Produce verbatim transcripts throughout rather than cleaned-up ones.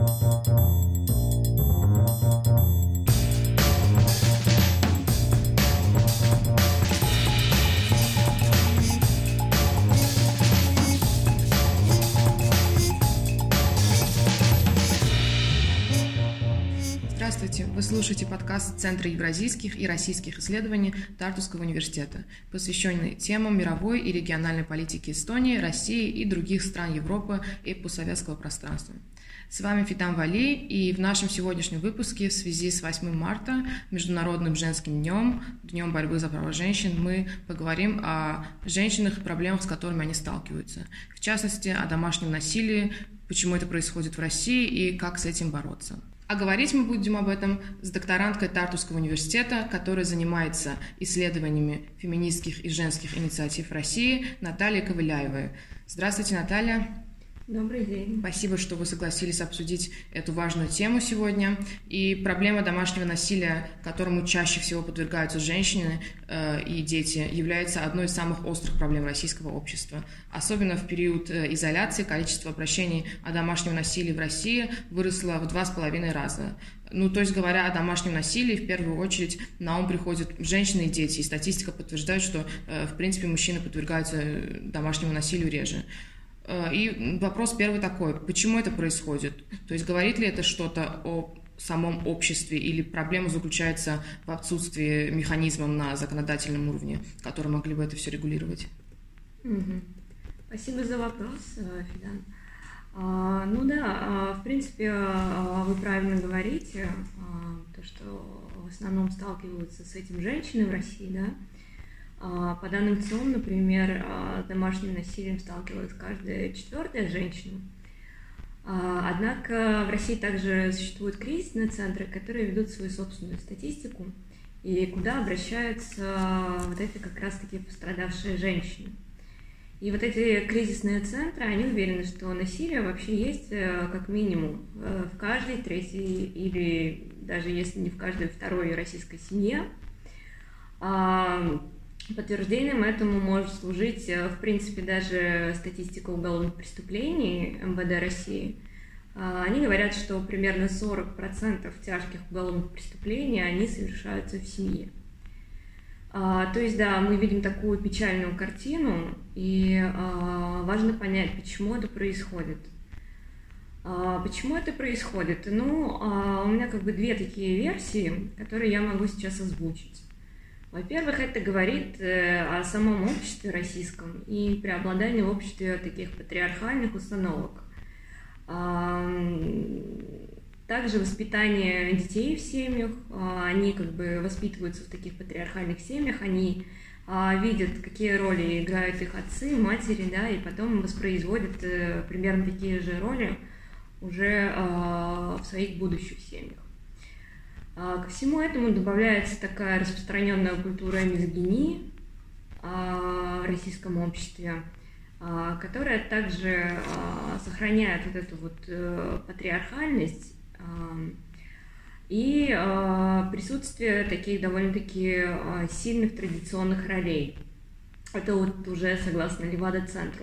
Здравствуйте! Вы слушаете подкаст Центра евразийских и российских исследований Тартуского университета, посвященный темам мировой и региональной политики Эстонии, России и других стран Европы и постсоветского пространства. С вами Фидан Вали, и в нашем сегодняшнем выпуске в связи с восьмым марта, Международным женским днем, Днем борьбы за права женщин, мы поговорим о женщинах и проблемах, с которыми они сталкиваются. В частности, о домашнем насилии, почему это происходит в России и как с этим бороться. А говорить мы будем об этом с докторанткой Тартуского университета, которая занимается исследованиями феминистских и женских инициатив в России, Натальей Ковыляевой. Здравствуйте, Наталья. Добрый день. Спасибо, что вы согласились обсудить эту важную тему сегодня. И проблема домашнего насилия, которому чаще всего подвергаются женщины э, и дети, является одной из самых острых проблем российского общества. Особенно в период э, изоляции количество обращений о домашнем насилии в России выросло в два с половиной раза. Ну, то есть, говоря о домашнем насилии, в первую очередь на ум приходят женщины и дети. И статистика подтверждает, что, э, в принципе, мужчины подвергаются домашнему насилию реже. И вопрос первый такой, почему это происходит? То есть говорит ли это что-то о самом обществе или проблема заключается в отсутствии механизмов на законодательном уровне, которые могли бы это все регулировать? Угу. Спасибо за вопрос, Фидан. А, ну да, а, в принципе, а, вы правильно говорите, а, то, что в основном сталкиваются с этим женщины в России, да? По данным ЦИОМ, например, с домашним насилием сталкивалась каждая четвертая женщина. Однако в России также существуют кризисные центры, которые ведут свою собственную статистику и куда обращаются вот эти как раз-таки пострадавшие женщины. И вот эти кризисные центры, они уверены, что насилие вообще есть как минимум в каждой третьей или даже если не в каждой второй российской семье. Подтверждением этому может служить, в принципе, даже статистика уголовных преступлений эм вэ дэ России. Они говорят, что примерно сорок процентов тяжких уголовных преступлений, они совершаются в семье. То есть, да, мы видим такую печальную картину, и важно понять, почему это происходит. Почему это происходит? Ну, у меня как бы две такие версии, которые я могу сейчас озвучить. Во-первых, это говорит о самом обществе российском и преобладании в обществе таких патриархальных установок. Также воспитание детей в семьях, они как бы воспитываются в таких патриархальных семьях, они видят, какие роли играют их отцы, матери, да, и потом воспроизводят примерно такие же роли уже в своих будущих семьях. Ко всему этому добавляется такая распространенная культура мизогинии в российском обществе, которая также сохраняет вот эту вот патриархальность и присутствие таких довольно-таки сильных традиционных ролей. Это вот уже согласно Левада-центру.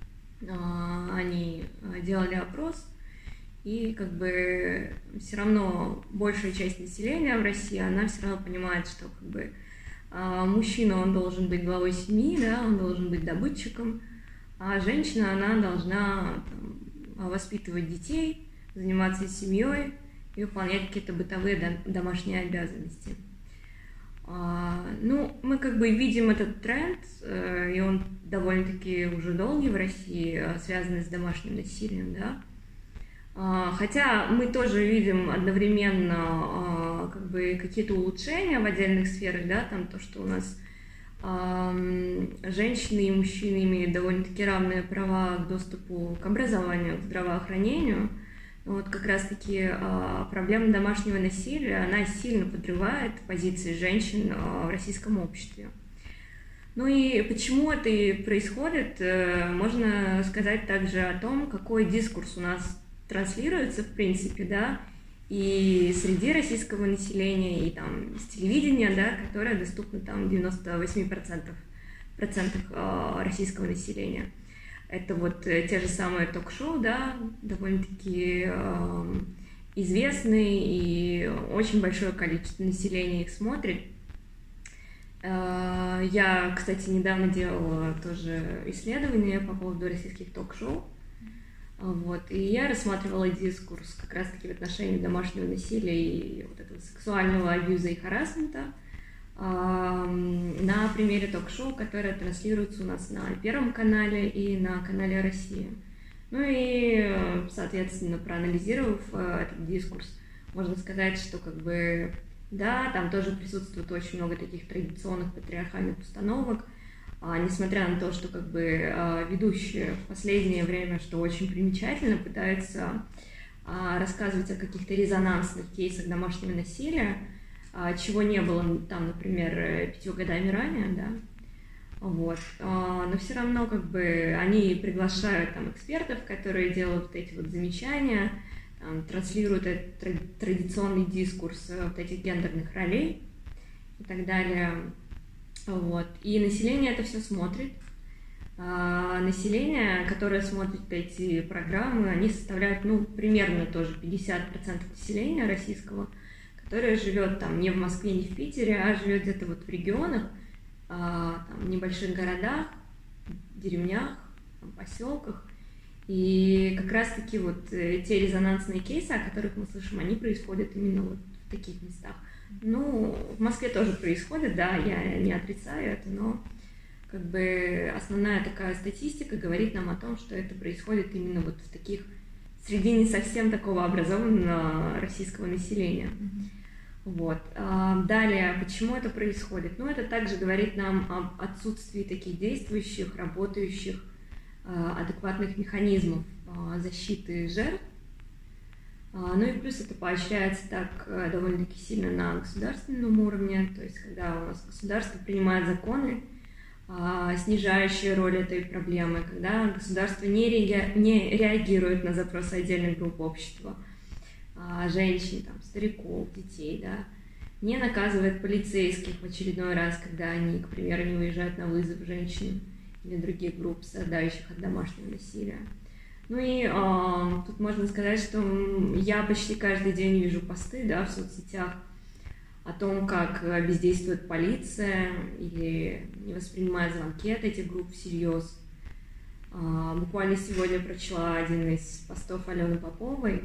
Они делали опрос. И как бы все равно большая часть населения в России, она все равно понимает, что как бы мужчина, он должен быть главой семьи, да, он должен быть добытчиком, а женщина, она должна там воспитывать детей, заниматься семьей и выполнять какие-то бытовые домашние обязанности. Ну, мы как бы видим этот тренд, и он довольно-таки уже долгий в России, связанный с домашним насилием, да. Хотя мы тоже видим одновременно как бы какие-то улучшения в отдельных сферах, да, там то, что у нас женщины и мужчины имеют довольно-таки равные права к доступу к образованию, к здравоохранению. Вот как раз-таки проблема домашнего насилия, она сильно подрывает позиции женщин в российском обществе. Ну и почему это и происходит, можно сказать также о том, какой дискурс у нас транслируется, в принципе, да, и среди российского населения, и там с телевидения, да, которое доступно там девяносто восемь процентов, процентов российского населения. это вот те же самые ток-шоу, да, довольно-таки э, известные, и очень большое количество населения их смотрит. Э, я, кстати, недавно делала тоже исследование по поводу российских ток-шоу, вот, и я рассматривала дискурс как раз-таки в отношении домашнего насилия и вот этого сексуального абьюза и харассмента на примере ток-шоу, которое транслируется у нас на Первом канале и на канале «Россия». Ну и, соответственно, проанализировав этот дискурс, можно сказать, что как бы, да, там тоже присутствует очень много таких традиционных патриархальных установок, а, несмотря на то, что как бы ведущие в последнее время, что очень примечательно, пытаются а, рассказывать о каких-то резонансных кейсах домашнего насилия, чего не было там, например, пятью годами ранее, да, вот, но все равно, как бы, они приглашают там экспертов, которые делают вот эти вот замечания, там, транслируют этот традиционный дискурс вот этих гендерных ролей и так далее, вот, и население это все смотрит. Население, которое смотрит эти программы, они составляют, ну, примерно тоже пятьдесят процентов населения российского, которая живет там не в Москве, не в Питере, а живет где-то вот в регионах, а, там, в небольших городах, деревнях, там, поселках. И как раз-таки вот те резонансные кейсы, о которых мы слышим, они происходят именно вот в таких местах. Ну, в Москве тоже происходит, да, я не отрицаю это, но как бы основная такая статистика говорит нам о том, что это происходит именно вот в таких, среди не совсем такого образованного российского населения. Mm-hmm. Вот. Далее, почему это происходит? Ну, это также говорит нам об отсутствии таких действующих, работающих, адекватных механизмов защиты жертв. Ну и плюс это поощряется так довольно-таки сильно на государственном уровне, то есть когда у нас государство принимает законы, снижающие роль этой проблемы, когда государство не, реаги... не реагирует на запросы отдельных групп общества, женщин, там, стариков, детей, да, не наказывает полицейских в очередной раз, когда они, к примеру, не уезжают на вызов женщин или других групп, страдающих от домашнего насилия. Ну и э, тут можно сказать, что я почти каждый день вижу посты, да, в соцсетях о том, как бездействует полиция или не воспринимает звонки от этих групп всерьез. Э, буквально сегодня прочла один из постов Алены Поповой,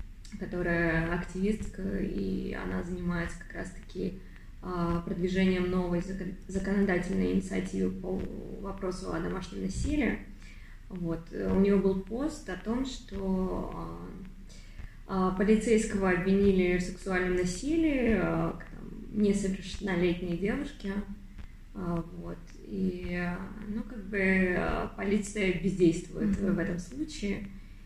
которая активистка, и она занимается как раз-таки э, продвижением новой законодательной инициативы по вопросу о домашнем насилии. Вот. У нее был пост о том, что э, полицейского обвинили в сексуальном насилии, э, несовершеннолетние девушки, э, вот. И, ну, как бы полиция бездействует mm-hmm. в этом случае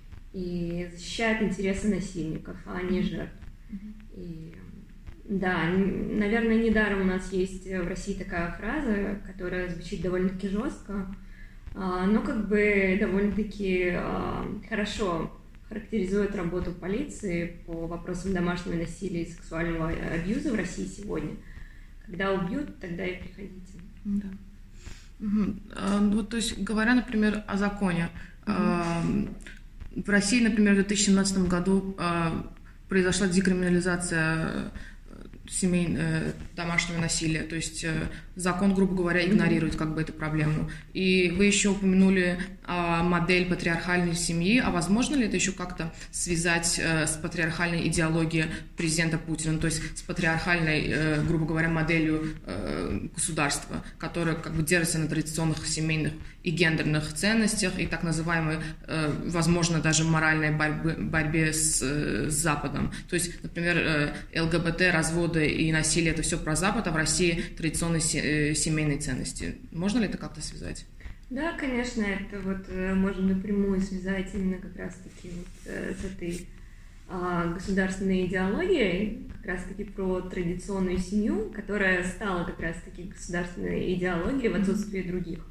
и защищает интересы насильников, а не жертв. Mm-hmm. И, да, наверное, недаром у нас есть в России такая фраза, которая звучит довольно-таки жестко, но как бы довольно-таки хорошо характеризует работу полиции по вопросам домашнего насилия и сексуального абьюза в России сегодня. Когда убьют, тогда и приходите. Да. Угу. Вот, то есть, говоря, например, о законе, угу. в России, например, в две тысячи семнадцатом году произошла декриминализация семей, домашнего насилия, то есть закон, грубо говоря, игнорирует как бы эту проблему. И вы еще упомянули а, модель патриархальной семьи, а возможно ли это еще как-то связать а, с патриархальной идеологией президента Путина, то есть с патриархальной, а, грубо говоря, моделью а, государства, которое как бы держится на традиционных семейных и гендерных ценностях и так называемой, а, возможно, даже моральной борьбе, борьбе с, с Западом. То есть, например, ЛГБТ, разводы и насилие — это все про Запад, а в России традиционные семейные ценности. Можно ли это как-то связать? Да, конечно, это вот можно напрямую связать именно как раз-таки вот с этой а, государственной идеологией, как раз-таки про традиционную семью, которая стала как раз-таки государственной идеологией в отсутствии других.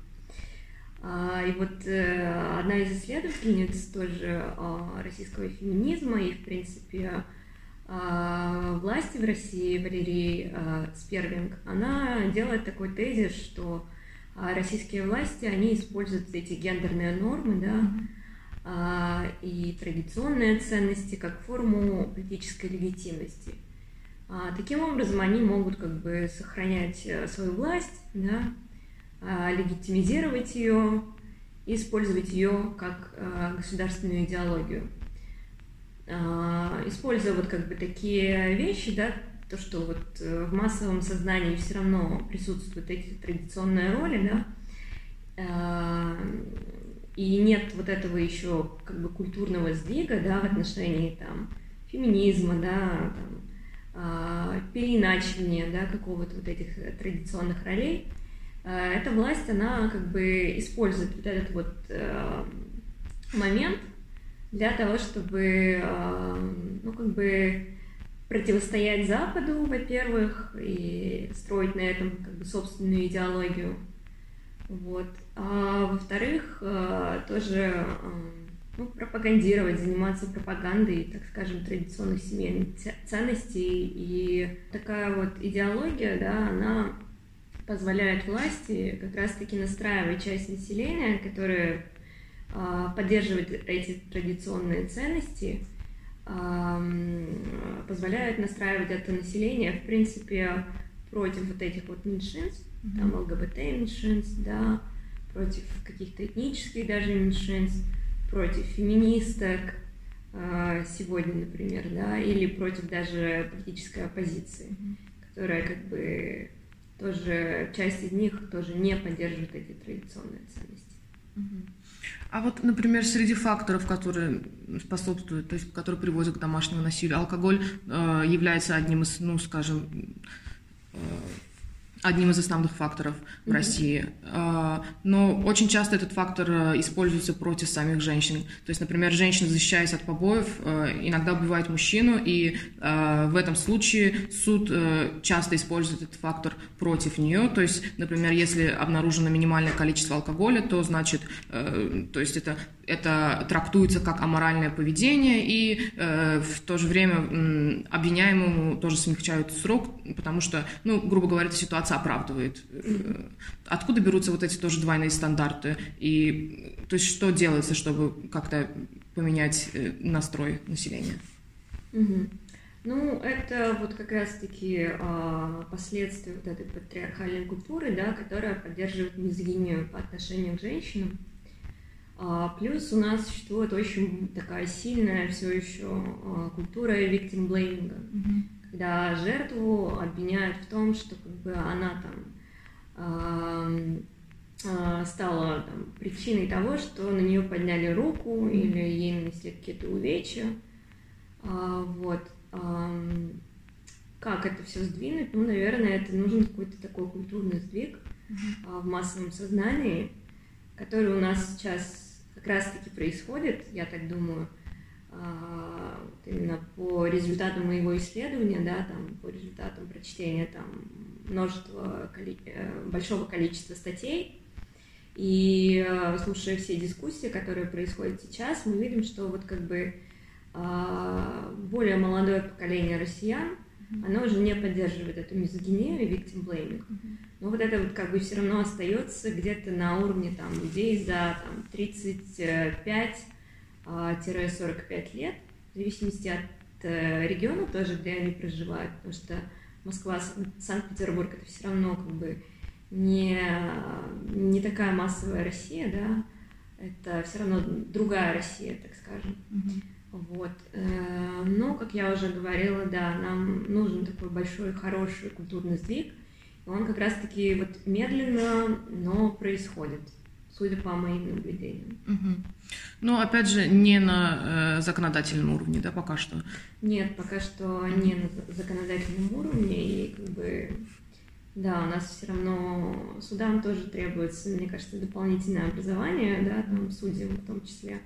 А, и вот а, одна из исследовательниц тоже а, российского феминизма и, в принципе, власти в России, Валерий Сперлинг, она делает такой тезис, что А российские власти, они используют эти гендерные нормы, да, и традиционные ценности как форму политической легитимности. Таким образом, они могут как бы сохранять свою власть, да, легитимизировать ее и использовать ее как государственную идеологию. Используя вот как бы такие вещи, да, то, что вот в массовом сознании все равно присутствуют эти традиционные роли, да, и нет вот этого еще как бы культурного сдвига, да, в отношении там феминизма, да, там, переиначивания, да, какого-то вот этих традиционных ролей. Эта власть, она как бы использует вот этот вот момент для того, чтобы, ну, как бы противостоять Западу, во-первых, и строить на этом как бы собственную идеологию. Вот. А во-вторых, тоже, ну, пропагандировать, заниматься пропагандой, так скажем, традиционных семейных ценностей. И такая вот идеология, да, она позволяет власти как раз-таки настраивать часть населения, которая поддерживает эти традиционные ценности, позволяет настраивать это население, в принципе, против вот этих вот меньшинств, mm-hmm. там, ЛГБТ-меньшинств, да, против каких-то этнических даже меньшинств, против феминисток сегодня, например, да, или против даже политической оппозиции, mm-hmm. которая как бы тоже, часть из них тоже не поддерживает эти традиционные ценности. Mm-hmm. А вот, например, среди факторов, которые способствуют, то есть которые приводят к домашнему насилию, алкоголь э, является одним из, ну, скажем, э, одним из основных факторов в mm-hmm. России. Э, но очень часто этот фактор э, используется против самих женщин. То есть, например, женщина, защищаясь от побоев, э, иногда убивает мужчину, и э, в этом случае суд э, часто использует этот фактор против нее. То есть, например, если обнаружено минимальное количество алкоголя, то значит, э, то есть это, это трактуется как аморальное поведение, и э, в то же время э, обвиняемому тоже смягчают срок, потому что, ну, грубо говоря, эта ситуация оправдывает. Э, откуда берутся вот эти тоже двойные стандарты? И, то есть, что делается, чтобы как-то поменять э, настрой населения? Mm-hmm. Ну, это вот как раз-таки а, последствия вот этой патриархальной культуры, да, которая поддерживает мизогинию по отношению к женщинам. А, плюс у нас существует очень такая сильная все еще а, культура victim blaming, mm-hmm. когда жертву обвиняют в том, что как бы она там а, а, стала там причиной того, что на нее подняли руку, mm-hmm. или ей нанесли какие-то увечья. А, вот. Как это все сдвинуть? Ну, наверное, это нужен какой-то такой культурный сдвиг mm-hmm. в массовом сознании, который у нас сейчас как раз-таки происходит, я так думаю, именно по результатам моего исследования, да, там, по результатам прочтения там, множества, большого количества статей. И слушая все дискуссии, которые происходят сейчас, мы видим, что вот как бы более молодое поколение россиян, mm-hmm. оно уже не поддерживает эту мизогинию и victim blaming. Mm-hmm. Но вот это вот как бы все равно остается где-то на уровне там людей за там, тридцать пять сорок пять лет, в зависимости от э, региона тоже, где они проживают, потому что Москва, Санкт-Петербург — это все равно как бы не, не такая массовая Россия, да, это все равно другая Россия, так скажем. Mm-hmm. Вот. Но, как я уже говорила, да, нам нужен такой большой, хороший культурный сдвиг, и он как раз-таки вот медленно, но происходит, судя по моим наблюдениям. Угу. Но, опять же, не на э, законодательном уровне, да, пока что? Нет, пока что не на законодательном уровне, и как бы, да, у нас все равно судам тоже требуется, мне кажется, дополнительное образование, да, там, судьям в том числе.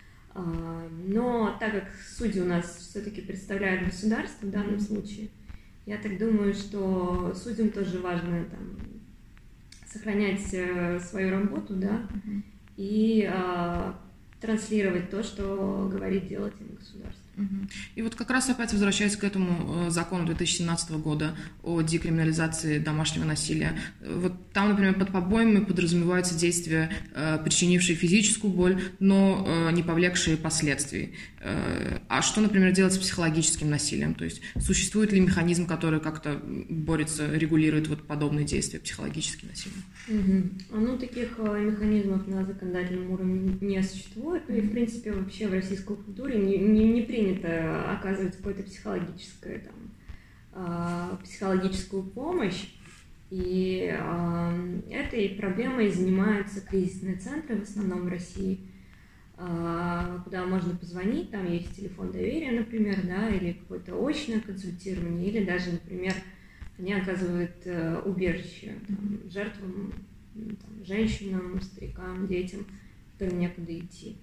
Но так как судьи у нас все-таки представляют государство в данном случае, я так думаю, что судьям тоже важно там, сохранять свою работу, да, mm-hmm. и а, транслировать то, что говорит, делать им государство. И вот как раз опять возвращаясь к этому закону две тысячи семнадцатого года о декриминализации домашнего насилия. Вот там, например, под побоями подразумеваются действия, причинившие физическую боль, но не повлекшие последствий. А что, например, делать с психологическим насилием? То есть существует ли механизм, который как-то борется, регулирует вот подобные действия, психологические насилия? Угу. Ну, таких механизмов на законодательном уровне не существует. Ну и, в принципе, вообще в российской культуре не, не, не принято оказывать какую-то психологическую, там, психологическую помощь. И этой проблемой занимаются кризисные центры, в основном в России, куда можно позвонить, там есть телефон доверия, например, да, или какое-то очное консультирование, или даже, например, они оказывают убежище там, жертвам, там, женщинам, старикам, детям, которым некуда идти.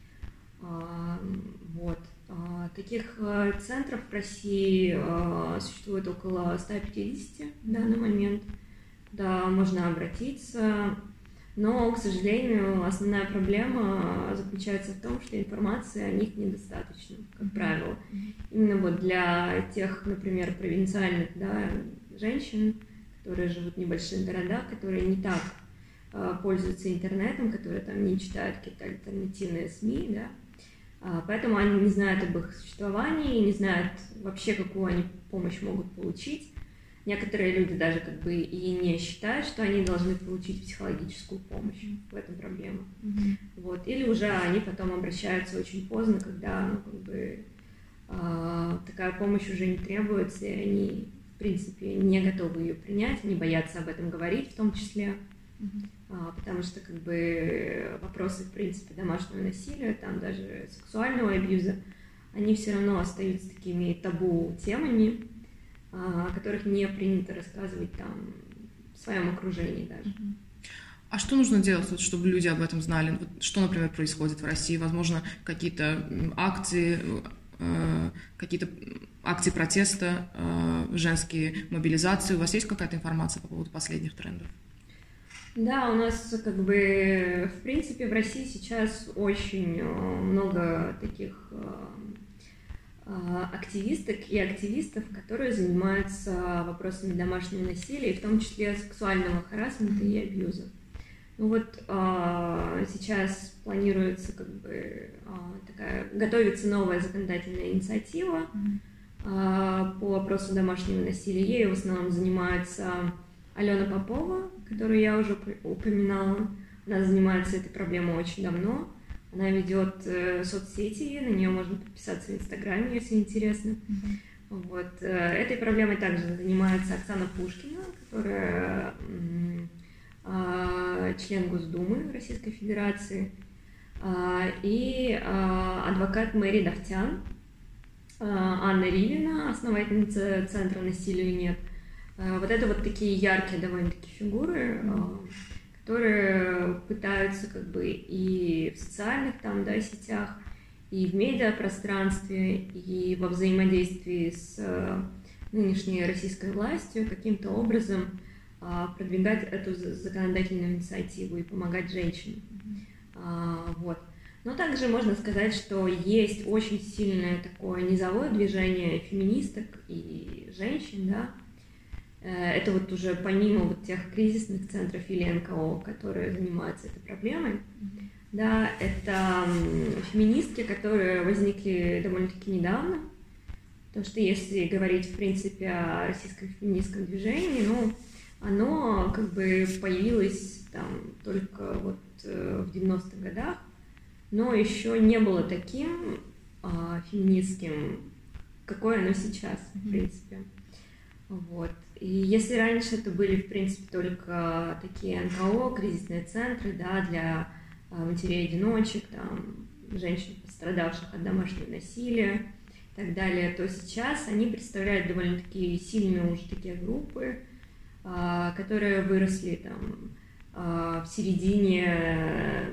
Вот. Таких центров в России существует около ста пятидесяти в данный момент, куда можно обратиться. Но, к сожалению, основная проблема заключается в том, что информации о них недостаточно, как правило. Именно вот для тех, например, провинциальных, да, женщин, которые живут в небольших городах, которые не так э, пользуются интернетом, которые там не читают какие-то альтернативные СМИ, да, а, поэтому они не знают об их существовании, не знают вообще, какую они помощь могут получить. Некоторые люди даже как бы и не считают, что они должны получить психологическую помощь. В этом проблема. Mm-hmm. Вот. Или уже они потом обращаются очень поздно, когда ну, как бы, э, такая помощь уже не требуется, и они, в принципе, не готовы ее принять, они боятся об этом говорить в том числе, mm-hmm. а, потому что как бы, вопросы, в принципе, домашнего насилия, там даже сексуального абьюза, они все равно остаются такими табу темами, о которых не принято рассказывать там в своем окружении даже. А что нужно делать, вот, чтобы люди об этом знали? Вот, что, например, происходит в России? Возможно, какие-то акции, э, какие-то акции протеста, э, женские мобилизации. У вас есть какая-то информация по поводу последних трендов? Да, у нас как бы, в принципе, в России сейчас очень много таких активисток и активистов, которые занимаются вопросами домашнего насилия, в том числе сексуального харассмента и абьюза. Ну вот а, сейчас планируется как бы а, такая, готовится новая законодательная инициатива а, по вопросу домашнего насилия. Ею в основном занимается Алена Попова, которую я уже упоминала. Она занимается этой проблемой очень давно. Она ведет э, соцсети, на нее можно подписаться в Инстаграме, если интересно. Mm-hmm. Вот. Э, этой проблемой также занимается Оксана Пушкина, которая э, э, член Госдумы Российской Федерации, э, и э, адвокат Мэри Давтян, э, Анна Ривина, основательница Центра «Насилию нет». Э, вот это вот такие яркие довольно-таки фигуры, э, которые пытаются как бы и в социальных там, да, сетях, и в медиапространстве, и во взаимодействии с нынешней российской властью каким-то образом продвигать эту законодательную инициативу и помогать женщинам. Вот. Но также можно сказать, что есть очень сильное такое низовое движение феминисток и женщин, да. Это вот уже помимо вот тех кризисных центров или эн ка о, которые занимаются этой проблемой, mm-hmm. да, это феминистки, которые возникли довольно-таки недавно, потому что если говорить, в принципе, о российском феминистском движении, ну, оно как бы появилось там только вот в девяностых годах, но еще не было таким а, феминистским, какое оно сейчас, mm-hmm. в принципе. Вот. И если раньше это были, в принципе, только такие эн ка о, кризисные центры, да, для матерей-одиночек, там, женщин, пострадавших от домашнего насилия и так далее, то сейчас они представляют довольно-таки сильные уже такие группы, которые выросли там в середине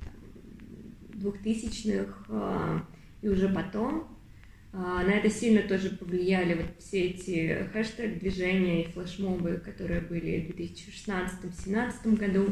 двухтысячных и уже потом. На это сильно тоже повлияли вот все эти хэштег-движения и флешмобы, которые были в две тысячи шестнадцатом — две тысячи семнадцатом году.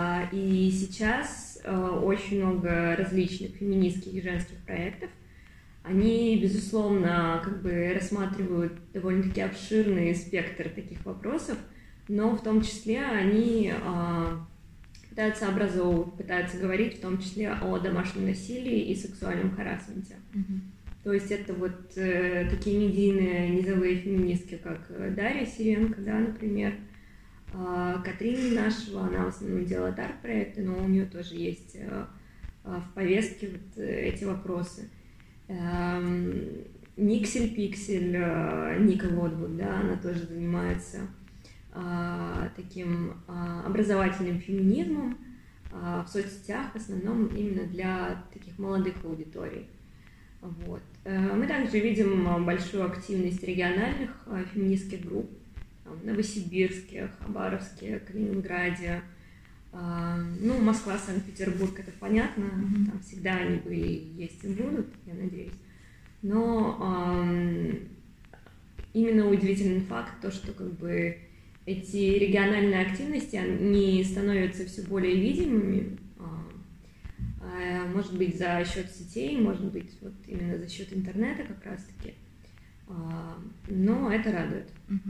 И сейчас очень много различных феминистских и женских проектов, Они, безусловно, как бы рассматривают довольно-таки обширный спектр таких вопросов, но в том числе они а, пытаются образовывать, пытаются говорить в том числе о домашнем насилии и сексуальном харассменте. Mm-hmm. То есть это вот э, такие медийные низовые феминистки, как Дарья Сиренко, да, например, э, Катрина Нашева, она в основном делает арт-проекты, но у нее тоже есть э, в повестке вот эти вопросы. Э, Никсель Пиксель, э, Ника Водвуд, да, она тоже занимается э, таким э, образовательным феминизмом э, в соцсетях, в основном именно для таких молодых аудиторий. Вот. Мы также видим большую активность региональных феминистских групп в Новосибирске, Хабаровске, Калининграде. Ну, Москва, Санкт-Петербург, это понятно, mm-hmm. там всегда они были, есть и будут, я надеюсь. Но именно удивительный факт, то, что как бы эти региональные активности, они становятся все более видимыми, может быть, за счет сетей, может быть, вот именно за счет интернета как раз-таки. Но это радует.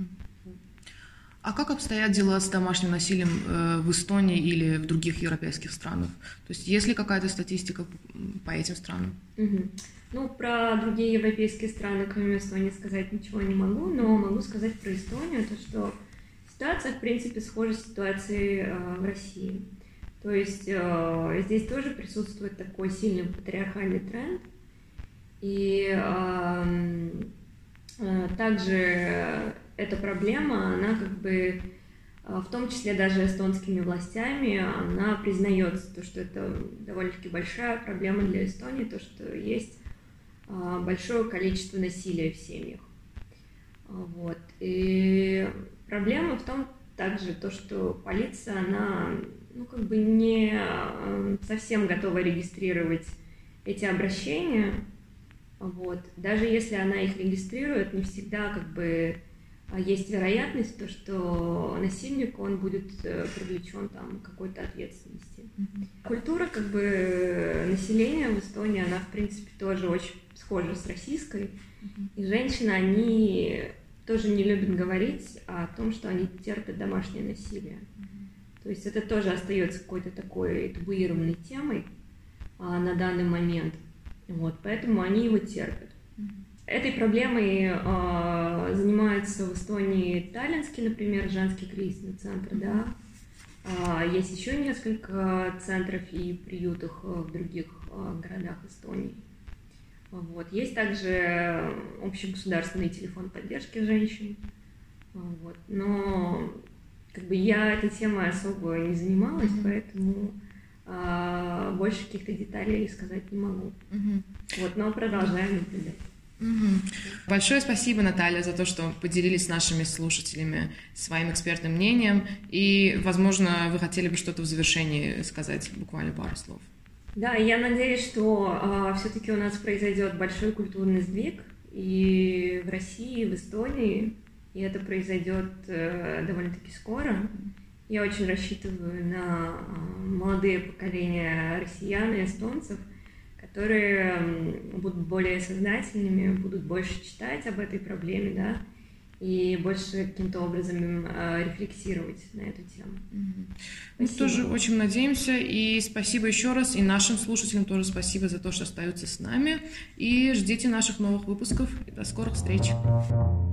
А как обстоят дела с домашним насилием в Эстонии или в других европейских странах? То есть есть ли какая-то статистика по этим странам? Угу. Ну, про другие европейские страны, кроме Эстонии, сказать ничего не могу, но могу сказать про Эстонию, то что ситуация, в принципе, схожа с ситуацией в России. То есть э, здесь тоже присутствует такой сильный патриархальный тренд. И э, э, также эта проблема, она как бы, э, в том числе даже эстонскими властями, она признается, то, что это довольно-таки большая проблема для Эстонии, то, что есть э, большое количество насилия в семьях. Вот. И проблема в том также, то, что полиция, она... ну, как бы не совсем готова регистрировать эти обращения, вот. Даже если она их регистрирует, не всегда как бы есть вероятность, то, что насильник, он будет привлечен там к какой-то ответственности. Mm-hmm. Культура как бы населения в Эстонии, она в принципе тоже очень схожа с российской, mm-hmm. и женщины, они тоже не любят говорить о том, что они терпят домашнее насилие. То есть это тоже остается какой-то такой табуированной темой а, на данный момент. Вот, поэтому они его терпят. Mm-hmm. Этой проблемой а, занимается в Эстонии Таллинский, например, женский кризисный центр. Mm-hmm. Да? А, есть еще несколько центров и приютов в других а, городах Эстонии. Вот. Есть также общегосударственный телефон поддержки женщин. Вот. Но как бы я этой темой особо не занималась, mm-hmm. поэтому а, больше каких-то деталей сказать не могу. Mm-hmm. Вот, но продолжаем наблюдать. Mm-hmm. Большое спасибо, Наталья, за то, что поделились с нашими слушателями своим экспертным мнением. И, возможно, вы хотели бы что-то в завершении сказать, буквально пару слов. Да, я надеюсь, что а, все-таки у нас произойдет большой культурный сдвиг и в России, и в Эстонии. И это произойдет э, довольно-таки скоро. Я очень рассчитываю на э, молодые поколения россиян и эстонцев, которые э, будут более сознательными, будут больше читать об этой проблеме, да, и больше каким-то образом э, рефлексировать на эту тему. Mm-hmm. Мы тоже очень надеемся, и спасибо еще раз, и нашим слушателям тоже спасибо за то, что остаются с нами, и ждите наших новых выпусков, и до скорых встреч!